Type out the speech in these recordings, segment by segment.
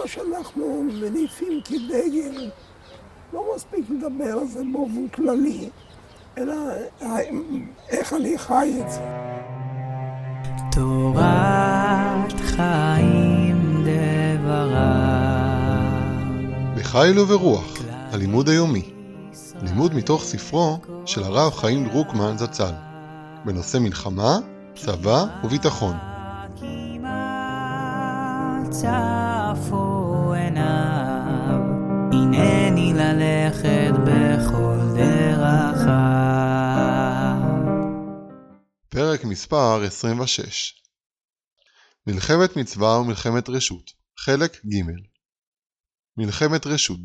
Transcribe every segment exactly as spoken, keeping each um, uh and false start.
שאנחנו מניפים כדגל, לא מספיק לדבר על זה באופן כללי, אלא איך אני חי את זה. תורת חיים דברה. בחיל וברוח, הלימוד היומי. לימוד מתוך ספרו של הרב חיים דרוקמן זצ"ל, בנושא מלחמה, צבא וביטחון. צפו עיניו, הנני ללכת בכל דרכיו. פרק מספר עשרים ושש. מלחמת מצווה ומלחמת רשות, חלק ג'. מלחמת רשות.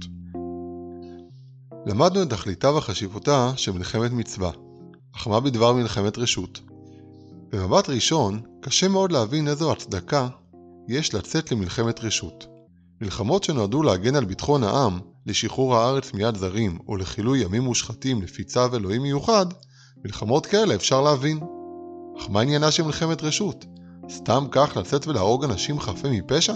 למדנו את תכליתה וחשיבותה של מלחמת מצווה, אך מה בדבר מלחמת רשות? במבט ראשון, קשה מאוד להבין איזו הצדקה יש לצאת למלחמת רשות. מלחמות שנועדו להגן על ביטחון העם, לשחרור הארץ מיד זרים, או לחילוי ימים מושחתים לפי צו אלוהים מיוחד, מלחמות כאלה אפשר להבין. אך מה עניינה של מלחמת רשות? סתם כך לצאת ולהרוג אנשים חפים מפשע?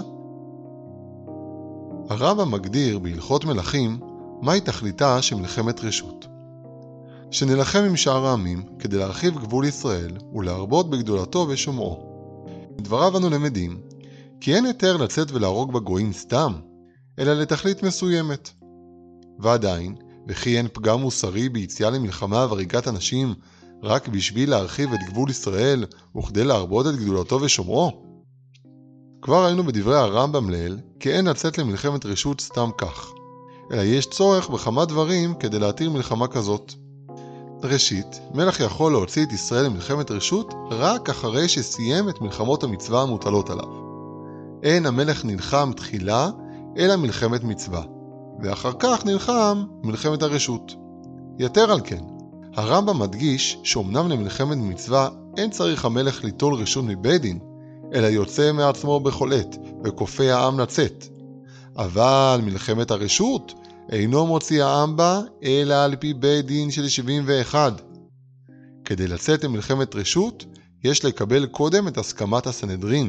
הרמב"ם מגדיר בהלכות מלכים מהי תכליתה של מלחמת רשות. שנלחם עם שאר העמים כדי להרחיב גבול ישראל ולהרבות בגדולתו ושומעו. מדבריו אנו למדים כי אין יותר לצאת ולהרוג בגויים סתם, אלא לתכלית מסוימת. ועדיין, וכי אין פגם מוסרי ביציאה למלחמה והריגת אנשים רק בשביל להרחיב את גבול ישראל וכדי להרבות את גדולתו ושומעו? כבר ראינו בדברי הרמב"ם לעיל כי אין לצאת למלחמת רשות סתם כך, אלא יש צורך בכמה דברים כדי להתיר מלחמה כזאת. ראשית, מלך יכול להוציא את ישראל למלחמת רשות רק אחרי שסיים את מלחמות המצווה המוטלות עליו. אין המלך נלחם תחילה, אלא מלחמת מצווה, ואחר כך נלחם מלחמת הרשות. יתר על כן, הרמב"ם מדגיש שאומנם למלחמת מצווה אין צריך המלך ליטול רשות מבית דין, אלא יוצא מעצמו בכל עת, וכופה העם לצאת. אבל מלחמת הרשות אינו מוציא העם בה, אלא על פי בית דין של שבעים ואחת. כדי לצאת למלחמת רשות, יש לקבל קודם את הסכמת הסנהדרין.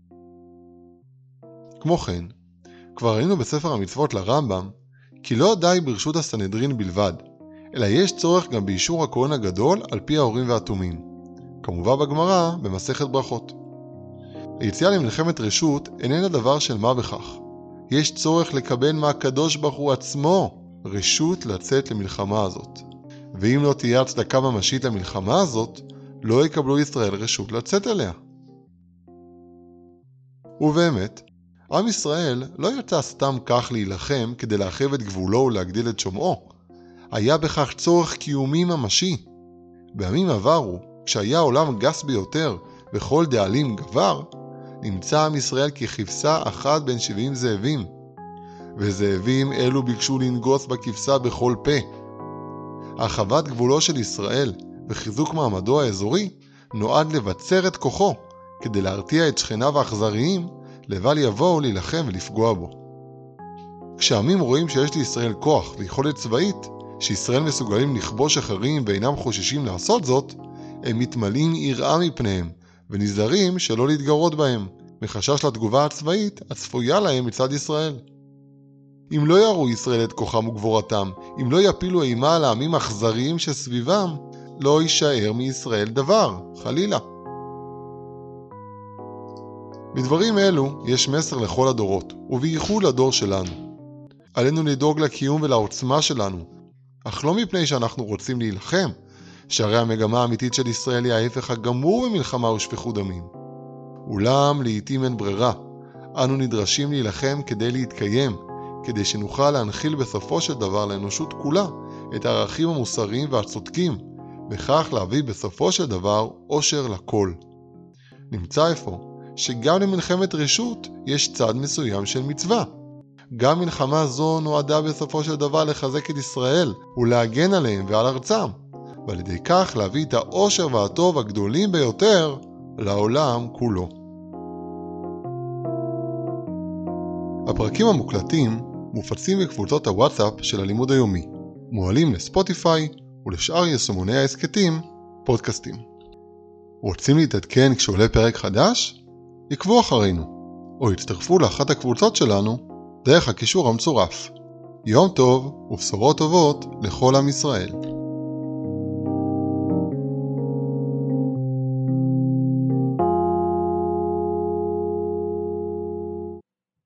כמו כן, כבר ראינו בספר המצוות לרמב"ם, כי לא די ברשות הסנהדרין בלבד, אלא יש צורך גם באישור הכהן הגדול על פי האורים והתומים. כמובן בגמרא במסכת ברכות. היציאה למלחמת רשות איננה דבר של מה בכך. יש צורך לקבל מהקדוש ברוך הוא עצמו רשות לצאת למלחמה הזאת. ואם לא תהיה הצדקה ממשית למלחמה הזאת, לא יקבלו ישראל רשות לצאת אליה. ובאמת, עם ישראל לא יצא סתם כך להילחם כדי להרחיב את גבולו ולהגדיל את שומעו. היה בכך צורך קיומי ממשי. בימים עברו, כשהיה עולם גס ביותר וכל דאלים גבר, נמצא עם ישראל ככבשה אחת בין שבעים זאבים, וזאבים אלו ביקשו לנגוס בכבשה בכל פה. הרחבת גבולו של ישראל וחיזוק מעמדו האזורי נועד לבצר את כוחו, כדי להרתיע את שכניו האכזריים לבל יבואו להילחם ולפגוע בו. כשעמים רואים שיש לישראל כוח ויכולת צבאית, שישראל מסוגלים לכבוש אחרים ואינם חוששים לעשות זאת, הם מתמלאים יראה מפניהם, ונזהרים שלא להתגרות בהם, מחשש לתגובה הצבאית הצפויה להם מצד ישראל. אם לא יראו ישראל את כוחם וגבורתם, אם לא יפילו אימה על העמים האכזריים שסביבם, לא יישאר מישראל דבר, חלילה. בדברים אלו יש מסר לכל הדורות, ובייחוד לדור שלנו. עלינו לדאוג לקיום ולעוצמה שלנו, אך לא מפני שאנחנו רוצים להילחם, שהרי המגמה האמיתית של ישראל היא ההפך הגמור במלחמה ושפיכות דמים. אולם לעתים אין ברירה, אנו נדרשים להילחם כדי להתקיים, כדי שנוכל להנחיל בסופו של דבר לאנושות כולה את הערכים המוסריים והצודקים, בכך להביא בסופו של דבר אושר לכל. נמצא אפוא שגם למלחמת רשות יש צד מסוים של מצווה. גם מלחמה זו נועדה בסופו של דבר לחזק את ישראל ולהגן עליהם ועל ארצם, ועל ידי כך להביא את האושר והטוב הגדולים ביותר לעולם כולו. הפרקים המוקלטים מופצים בקבוצות הוואטסאפ של הלימוד היומי, מועלים לספוטיפיי ולשאר יישומוני העסקתים, פודקאסטים. רוצים להתעדכן כשעולה פרק חדש? עקבו אחרינו, או הצטרפו לאחת הקבוצות שלנו דרך הקישור המצורף. יום טוב ובשורות טובות לכל עם ישראל.